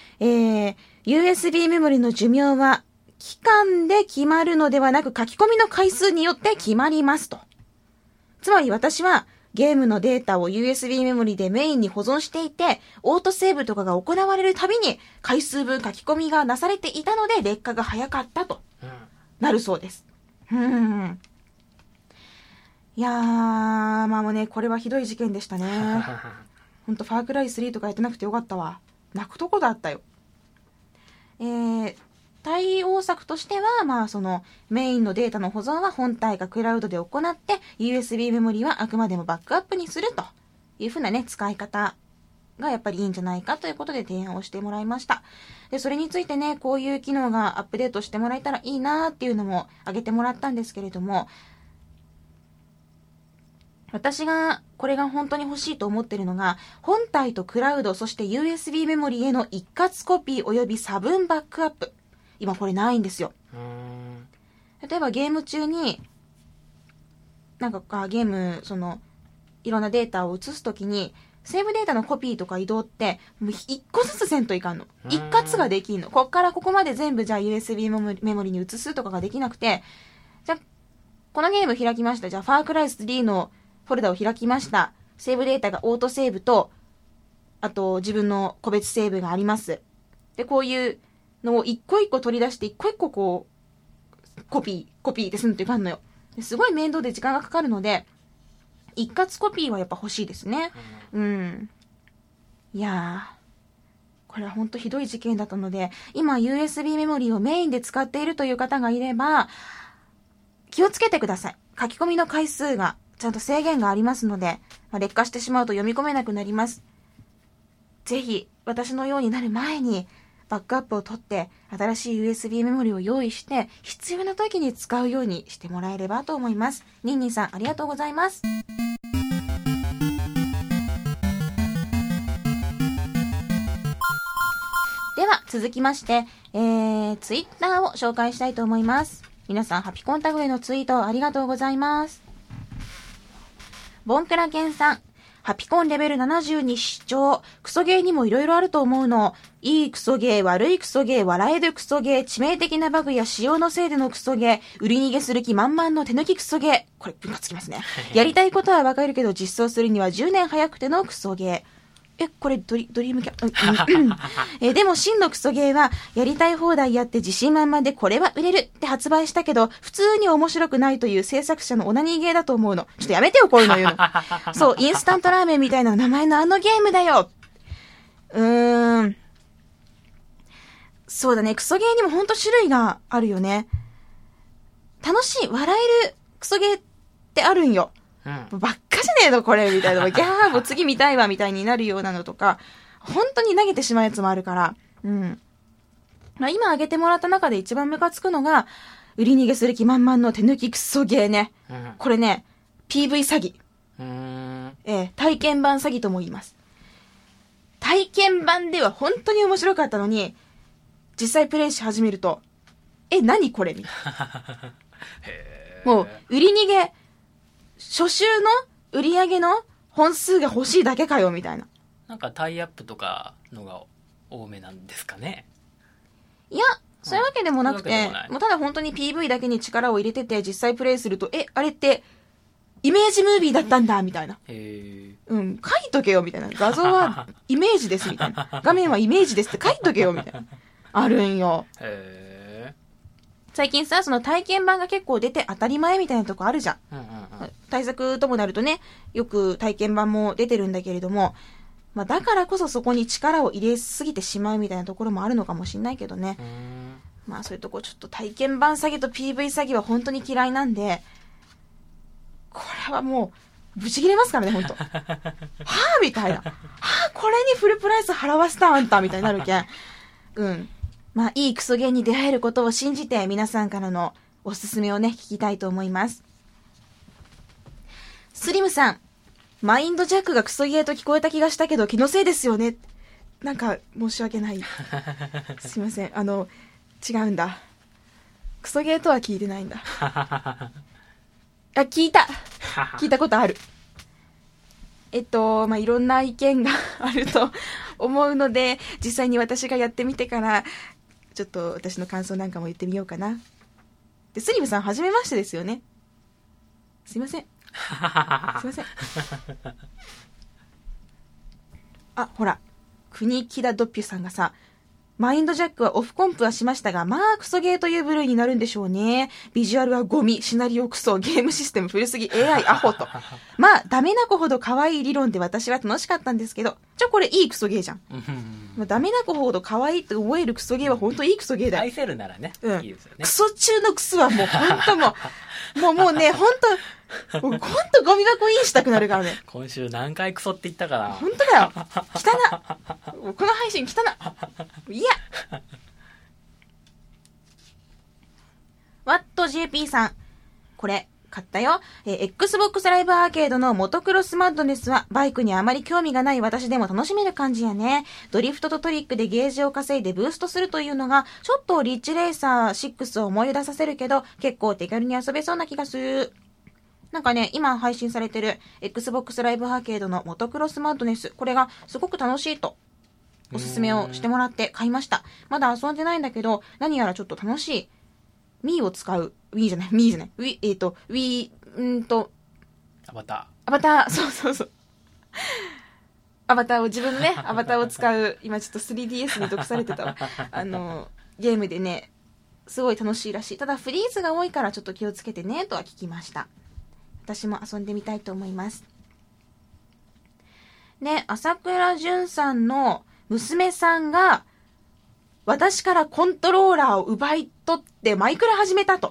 S1: 、USB メモリの寿命は期間で決まるのではなく、書き込みの回数によって決まりますと。つまり私は、ゲームのデータを USB メモリでメインに保存していて、オートセーブとかが行われるたびに回数分書き込みがなされていたので劣化が早かったとなるそうです。いいやー、まあもうね、これはひどい事件でしたね。ほんと、ファークライ3とかやってなくてよかったわ。泣くとこだったよ。対応策としては、まあそのメインのデータの保存は本体がクラウドで行って、USB メモリはあくまでもバックアップにするというふうなね、使い方がやっぱりいいんじゃないかということで提案をしてもらいました。で、それについてね、こういう機能がアップデートしてもらえたらいいなっていうのも挙げてもらったんですけれども、私がこれが本当に欲しいと思ってるのが、本体とクラウド、そして USB メモリへの一括コピー及び差分バックアップ。今これないんですよ。例えばゲーム中になんかゲームいろんなデータを移すときにセーブデータのコピーとか移動ってもう一個ずつせんといかんの。一括ができんの。こっからここまで全部じゃあ USB メモリに移すとかができなくて、じゃあこのゲーム開きました。じゃあファークライ3のフォルダを開きました。セーブデータがオートセーブと、あと自分の個別セーブがあります。で、こういうのを一個一個取り出して一個一個こうコピーってすんといかんのよ。すごい面倒で時間がかかるので、一括コピーはやっぱ欲しいですね。いやー、これは本当ひどい事件だったので、今 USB メモリーをメインで使っているという方がいれば気をつけてください。書き込みの回数がちゃんと制限がありますので、劣化してしまうと読み込めなくなります。ぜひ私のようになる前にバックアップを取って新しい USB メモリを用意して必要な時に使うようにしてもらえればと思います。ニンニンさんありがとうございます。では続きまして、ツイッターを紹介したいと思います。皆さんハピコンタグへのツイートありがとうございます。ボンクラケンさん、ハピコンレベル70に視聴。クソゲーにも色々あると思うの。いいクソゲー、悪いクソゲー、笑えるクソゲー、致命的なバグや仕様のせいでのクソゲー、売り逃げする気満々の手抜きクソゲー。これ文がつきますね。やりたいことはわかるけど実装するには10年早くてのクソゲー。これドリームキャでも真のクソゲーはやりたい放題やって自信満々でこれは売れるって発売したけど普通に面白くないという制作者のオナニーゲーだと思うの。ちょっとやめてよこういうの言うの。そう、インスタントラーメンみたいな名前のあのゲームだよ。そうだね、クソゲーにもほんと種類があるよね。楽しい、笑えるクソゲーってあるんよ。ばっかじゃねえのこれみたいな、ギャーもう次見たいわみたいになるようなのとか、本当に投げてしまうやつもあるから、今挙げてもらった中で一番ムカつくのが売り逃げする気満々の手抜きクソゲーね。これね PV 詐欺、体験版詐欺とも言います。体験版では本当に面白かったのに実際プレイし始めると何これみたいなもう売り逃げ初週の売り上げの本数が欲しいだけかよみたいな。
S2: なんかタイアップとかのが多めなんですかね。
S1: いやそういうわけでもなくて、もうただ本当に PV だけに力を入れてて実際プレイするとあれってイメージムービーだったんだみたいな。書いとけよみたいな。画像はイメージですみたいな。画面はイメージですって書いとけよみたいな。あるんよ。最近さ、その体験版が結構出て当たり前みたいなとこあるじゃん。対策ともなるとね、よく体験版も出てるんだけれども、だからこそそこに力を入れすぎてしまうみたいなところもあるのかもしれないけどね。そういうとこちょっと体験版詐欺と PV 詐欺は本当に嫌いなんで、これはもうブチ切れますからね、本当。はぁみたいな。はぁこれにフルプライス払わせたあんたみたいになるけん。いいクソゲーに出会えることを信じて皆さんからのおすすめをね、聞きたいと思います。スリムさん、マインドジャックがクソゲーと聞こえた気がしたけど気のせいですよね。なんか申し訳ない。すいません。違うんだ。クソゲーとは聞いてないんだ。聞いたことある。いろんな意見があると思うので、実際に私がやってみてからちょっと私の感想なんかも言ってみようかな。で、スリムさん初めましてですよね。すいません。ほら、国木田ドッピュさんがさ、 マインドジャックはオフコンプはしましたが、まあクソゲーという部類になるんでしょうね。ビジュアルはゴミ、シナリオクソ、ゲームシステム古すぎ、AI アホと。まあダメな子ほど可愛い理論で私は楽しかったんですけど、これいいクソゲーじゃん。まあ、ダメな子ほど可愛いって思えるクソゲーは本当いいクソゲーだよ。
S2: 愛せるならね、
S1: うん、
S2: いいですよね。
S1: クソ中のクソはもう本当もうね、本当ゴミ箱インしたくなるからね。
S2: 今週何回クソって言ったかな。
S1: 本当だよ。汚この配信汚いや。WattJP さん。これ、買ったよ。Xbox ライブアーケードのモトクロスマッドネスはバイクにあまり興味がない私でも楽しめる感じやね。ドリフトとトリックでゲージを稼いでブーストするというのがちょっとリッチレーサー6を思い出させるけど結構手軽に遊べそうな気がする。なんかね、今配信されてる Xbox ライブアーケードのモトクロスマッドネス、これがすごく楽しいとおすすめをしてもらって買いました。まだ遊んでないんだけど何やらちょっと楽しい。ミーを使う。アバター。そう。アバターを自分のね、アバターを使う、今ちょっと 3DS に毒されてたゲームでね、すごい楽しいらしい。ただフリーズが多いからちょっと気をつけてね、とは聞きました。私も遊んでみたいと思います。ね、朝倉純さんの娘さんが、私からコントローラーを奪い取ってマイクラ始めたと。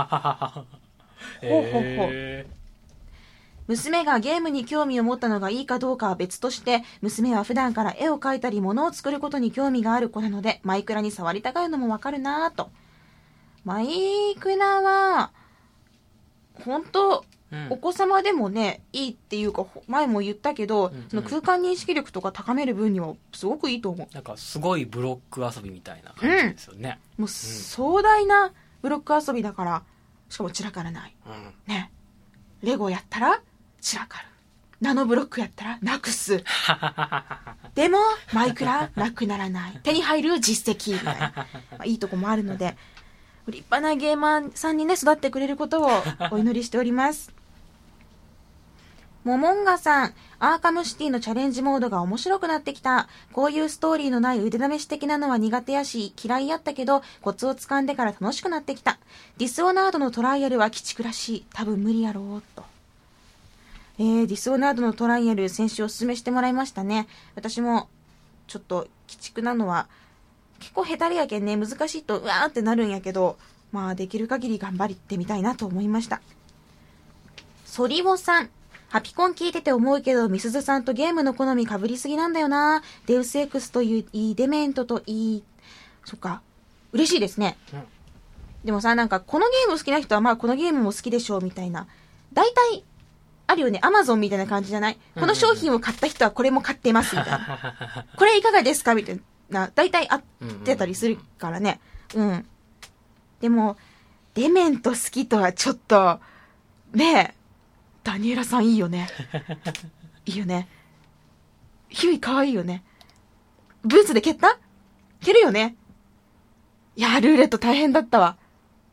S1: 娘がゲームに興味を持ったのがいいかどうかは別として、娘は普段から絵を描いたり物を作ることに興味がある子なので、マイクラに触りたがるのもわかるなぁと。マイクラは、本当お子様でもね、いいっていうか、前も言ったけど、その空間認識力とか高める分にはすごくいいと思う。
S2: なんかすごいブロック遊びみたいな感じですよね。
S1: もう壮大なブロック遊びだから、しかも散らからない。ね。レゴやったら散らかる。ナノブロックやったらなくす。でも、マイクラなくならない。手に入る実績みたいな。いいとこもあるので、立派なゲーマーさんにね、育ってくれることをお祈りしております。モモンガさん、アーカムシティのチャレンジモードが面白くなってきた。こういうストーリーのない腕試し的なのは苦手やし、嫌いやったけど、コツをつかんでから楽しくなってきた。ディスオナードのトライアルは鬼畜らしい。多分無理やろう、と。ディスオナードのトライアル、先週おすすめしてもらいましたね。私も、ちょっと、鬼畜なのは、結構ヘタレやけんね、難しいと、うわーってなるんやけど、まあ、できる限り頑張ってみたいなと思いました。ソリボさん。ハピコン聞いてて思うけど、みすずさんとゲームの好み被りすぎなんだよな。デウス X といういい、デメントといい。そっか。嬉しいですね。でもさ、なんか、このゲーム好きな人は、まあ、このゲームも好きでしょう、みたいな。大体、あるよね。アマゾンみたいな感じじゃない？この商品を買った人はこれも買ってます、みたいな。これいかがですかみたいな。大体あってたりするからね。でも、デメント好きとはちょっと、ねえ。ダニエラさんいいよね。いいよね。ヒュイかわいいよね。ブーツで蹴った蹴るよね。いや、ルーレット大変だったわ。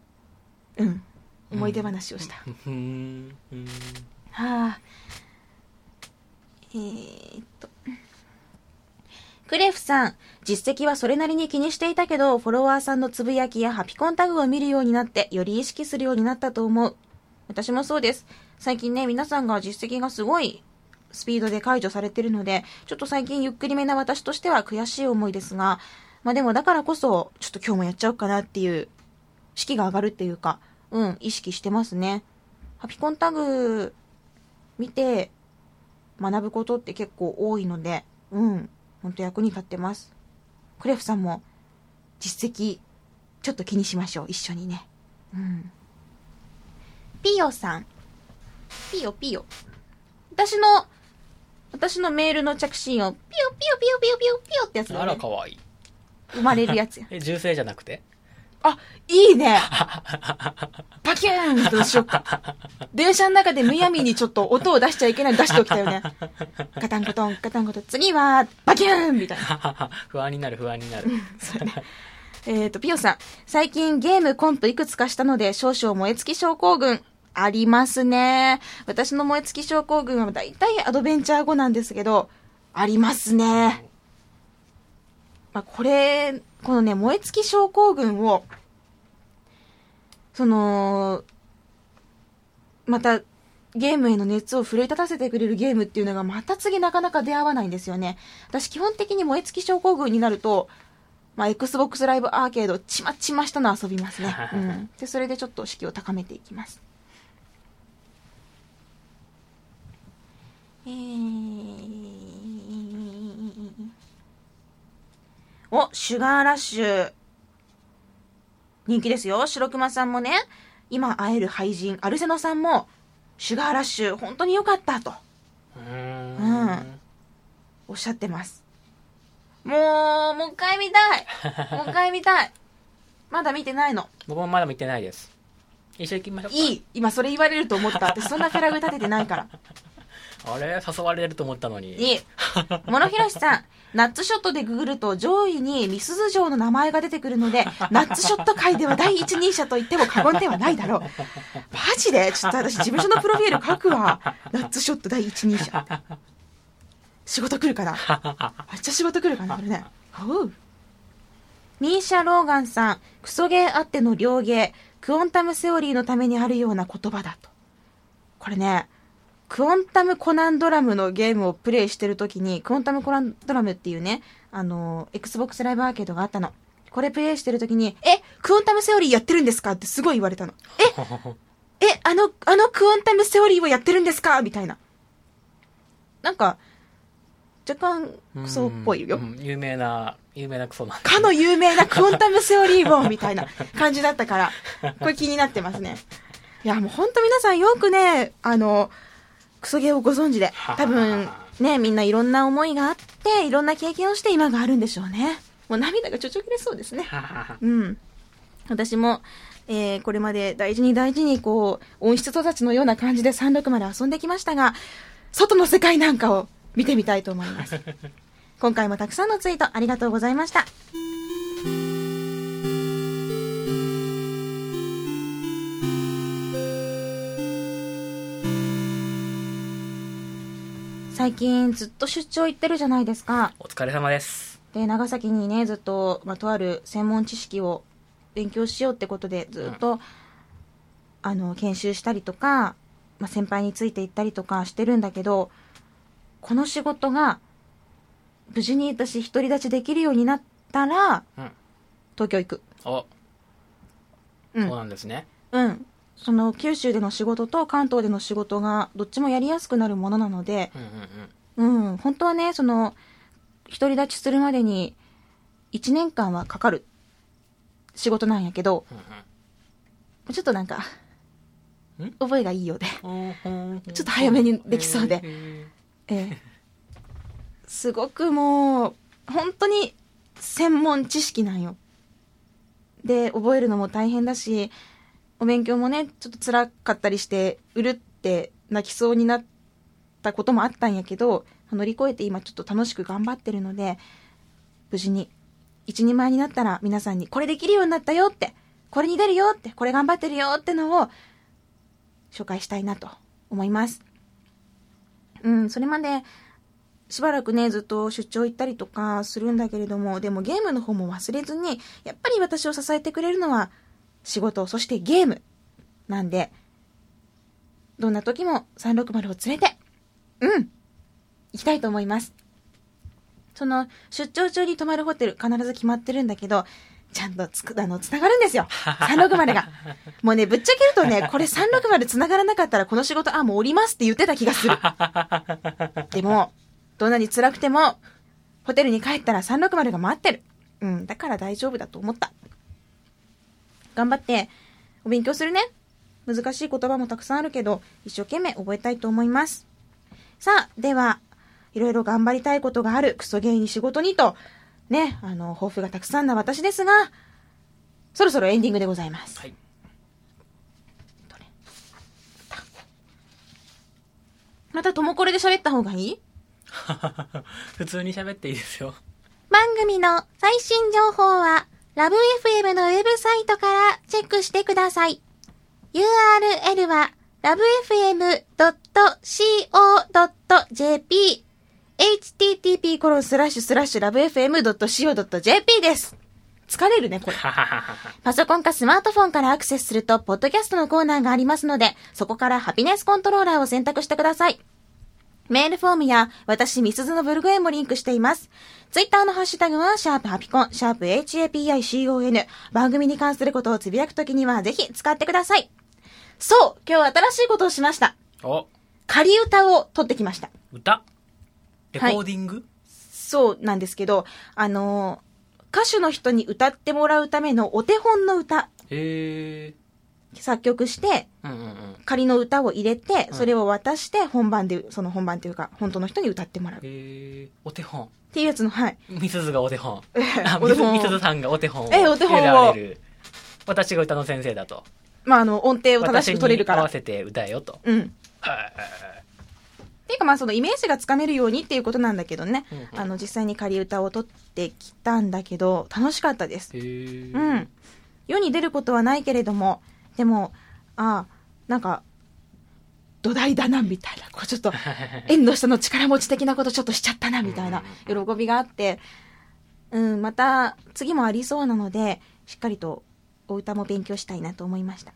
S1: 思い出話をした。はあ。クレフさん、実績はそれなりに気にしていたけど、フォロワーさんのつぶやきやハピコンタグを見るようになって、より意識するようになったと思う。私もそうです。最近ね、皆さんが実績がすごいスピードで解除されてるので、ちょっと最近ゆっくりめな私としては悔しい思いですが、まあでもだからこそ、ちょっと今日もやっちゃおうかなっていう、士気が上がるっていうか、意識してますね。ハピコンタグ見て学ぶことって結構多いので、ほんと役に立ってます。クレフさんも実績ちょっと気にしましょう、一緒にね。ピヨさん。ピヨ。私のメールの着信音、ピヨピヨピヨピヨピヨピヨってやつだよね。
S2: あら、かわいい。
S1: 生まれるやつや。
S2: 銃声じゃなくて？
S1: あ、いいね。パキューンとしよっか。電車の中でむやみにちょっと音を出しちゃいけないの出しておきたよね。ガタンコトン、ガタンコトン。次は、バキューンみたいな。
S2: 不安になる。
S1: そうね。ピヨさん。最近ゲームコンプいくつかしたので、少々燃え尽き症候群。ありますね。私の燃え尽き症候群はだいたいアドベンチャー後なんですけど、ありますね。 このね、燃え尽き症候群を、また、ゲームへの熱を奮い立たせてくれるゲームっていうのがまた次なかなか出会わないんですよね。私基本的に燃え尽き症候群になると、Xbox ライブアーケードちまちましたの遊びますね。で、それでちょっと士気を高めていきます。シュガーラッシュ。人気ですよ。白熊さんもね、今会える俳人、アルセノさんも、シュガーラッシュ、本当に良かったと。おっしゃってます。もう一回見たい。もう一回見たい。まだ見てないの。
S2: 僕もまだ見てないです。一緒に行きましょうか。
S1: いい。今それ言われると思った。私そんなフェラグ立ててないから。
S2: あれ誘われると思ったのに。
S1: いい。モノヒロシさん、ナッツショットでググると上位にミスズ城の名前が出てくるので、ナッツショット界では第一人者と言っても過言ではないだろう。マジでちょっと私事務所のプロフィール書くわ。ナッツショット第一人者。仕事来るかな。めっちゃ仕事来るかな、これね。ミーシャ・ローガンさん、クソゲーあっての両ゲー、クオンタムセオリーのためにあるような言葉だと。これね、クオンタムコナンドラムのゲームをプレイしてるときに、クオンタムコナンドラムっていうね、Xbox ライブアーケードがあったの。これプレイしてるときに、クオンタムセオリーやってるんですかってすごい言われたの。あのクオンタムセオリーをやってるんですかみたいな。なんか、若干クソっぽいよ。
S2: 有名なクソなんだ。
S1: かの有名なクオンタムセオリーをみたいな感じだったから、これ気になってますね。いや、もうほんと皆さんよくね、クソゲーをご存知で、多分ね、みんないろんな思いがあって、いろんな経験をして今があるんでしょうね。もう涙がちょちょぎれそうですね。私も、これまで大事にこう、温室育ちのような感じで360遊んできましたが、外の世界なんかを見てみたいと思います。今回もたくさんのツイートありがとうございました。最近ずっと出張行ってるじゃないですか。
S2: お疲れ様です。
S1: で、長崎にね、ずっと、とある専門知識を勉強しようってことで、ずっと、研修したりとか、先輩について行ったりとかしてるんだけど、この仕事が、無事に私独り立ちできるようになったら、東京行く。
S2: そうなんですね。
S1: その九州での仕事と関東での仕事がどっちもやりやすくなるものなので、本当はね、その独り立ちするまでに1年間はかかる仕事なんやけど、ちょっとなんか覚えがいいようでちょっと早めにできそうで、すごくもう本当に専門知識なんよ。で、覚えるのも大変だし、お勉強もね、ちょっと辛かったりして、うるって泣きそうになったこともあったんやけど、乗り越えて今ちょっと楽しく頑張ってるので、無事に一人前になったら皆さんにこれできるようになったよって、これに出るよって、これ頑張ってるよってのを紹介したいなと思います。それまでしばらくね、ずっと出張行ったりとかするんだけれども、でもゲームの方も忘れずに、やっぱり私を支えてくれるのは仕事、そしてゲームなんで、どんな時も360を連れて、行きたいと思います。その出張中に泊まるホテル必ず決まってるんだけど、ちゃんとつながるんですよ。360が。もうね、ぶっちゃけるとね、これ360つながらなかったらこの仕事、もう降りますって言ってた気がする。でも、どんなに辛くても、ホテルに帰ったら360が待ってる。だから大丈夫だと思った。頑張ってお勉強するね。難しい言葉もたくさんあるけど、一生懸命覚えたいと思います。さあ、では、いろいろ頑張りたいことがある、クソゲーに仕事にと、ね、抱負がたくさんな私ですが、そろそろエンディングでございます。はい。またトモコレで喋った方がいい？
S2: 普通に喋っていいですよ。
S1: 番組の最新情報は、ラブ FM のウェブサイトからチェックしてください。URL は lovefm.co.jp http://lovefm.co.jp です。疲れるね、これ。パソコンかスマートフォンからアクセスすると、ポッドキャストのコーナーがありますので、そこからハピネスコントローラーを選択してください。メールフォームや、私、みすずのブログへもリンクしています。ツイッターのハッシュタグは、#ハピコン、#HAPICON。番組に関することをつぶやくときには、ぜひ使ってください。そう、今日新しいことをしました。仮歌を取ってきました。
S2: 歌？レコーディング？
S1: はい、そうなんですけど、歌手の人に歌ってもらうためのお手本の歌。作曲して、仮の歌を入れて、それを渡して、本番というか、本当の人に歌ってもらう。
S2: お手本。
S1: っていうやつの、はい。
S2: みすずがお手本。み
S1: お手本
S2: すずさんがお手本を。
S1: お手本を。
S2: 私が歌の先生だと。
S1: まあ、音程を正しく取れるから。
S2: 私に合わせて歌えよと。
S1: うん。っていうか、まあ、そのイメージがつかめるようにっていうことなんだけどね。実際に仮歌を取ってきたんだけど、楽しかったです。世に出ることはないけれども、でも、なんか、土台だな、みたいな。こうちょっと、縁の下の力持ち的なことちょっとしちゃったな、みたいな喜びがあって、また、次もありそうなので、しっかりとお歌も勉強したいなと思いました。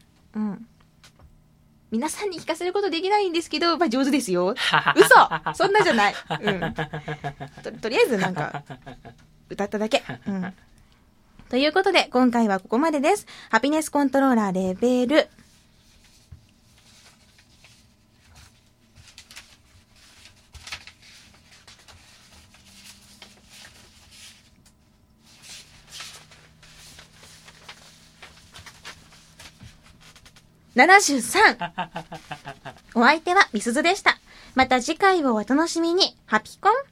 S1: 皆さんに聞かせることできないんですけど、まあ上手ですよ。嘘そんなじゃない。とりあえずなんか、歌っただけ。ということで、今回はここまでです。ハピネスコントローラーレベル。73。お相手はみすずでした。また次回をお楽しみに。ハピコン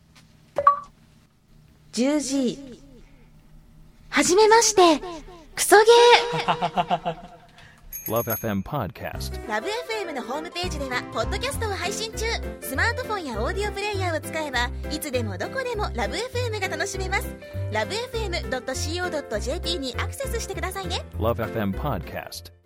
S1: 10G。はじめまして。クソゲー。
S3: LoveFM Podcast。
S1: ラブ FM のホームページではポッドキャストを配信中。スマートフォンやオーディオプレイヤーを使えばいつでもどこでもラブ FM が楽しめます。LoveFM.co.jp にアクセスしてくださいね。
S3: LoveFM Podcast。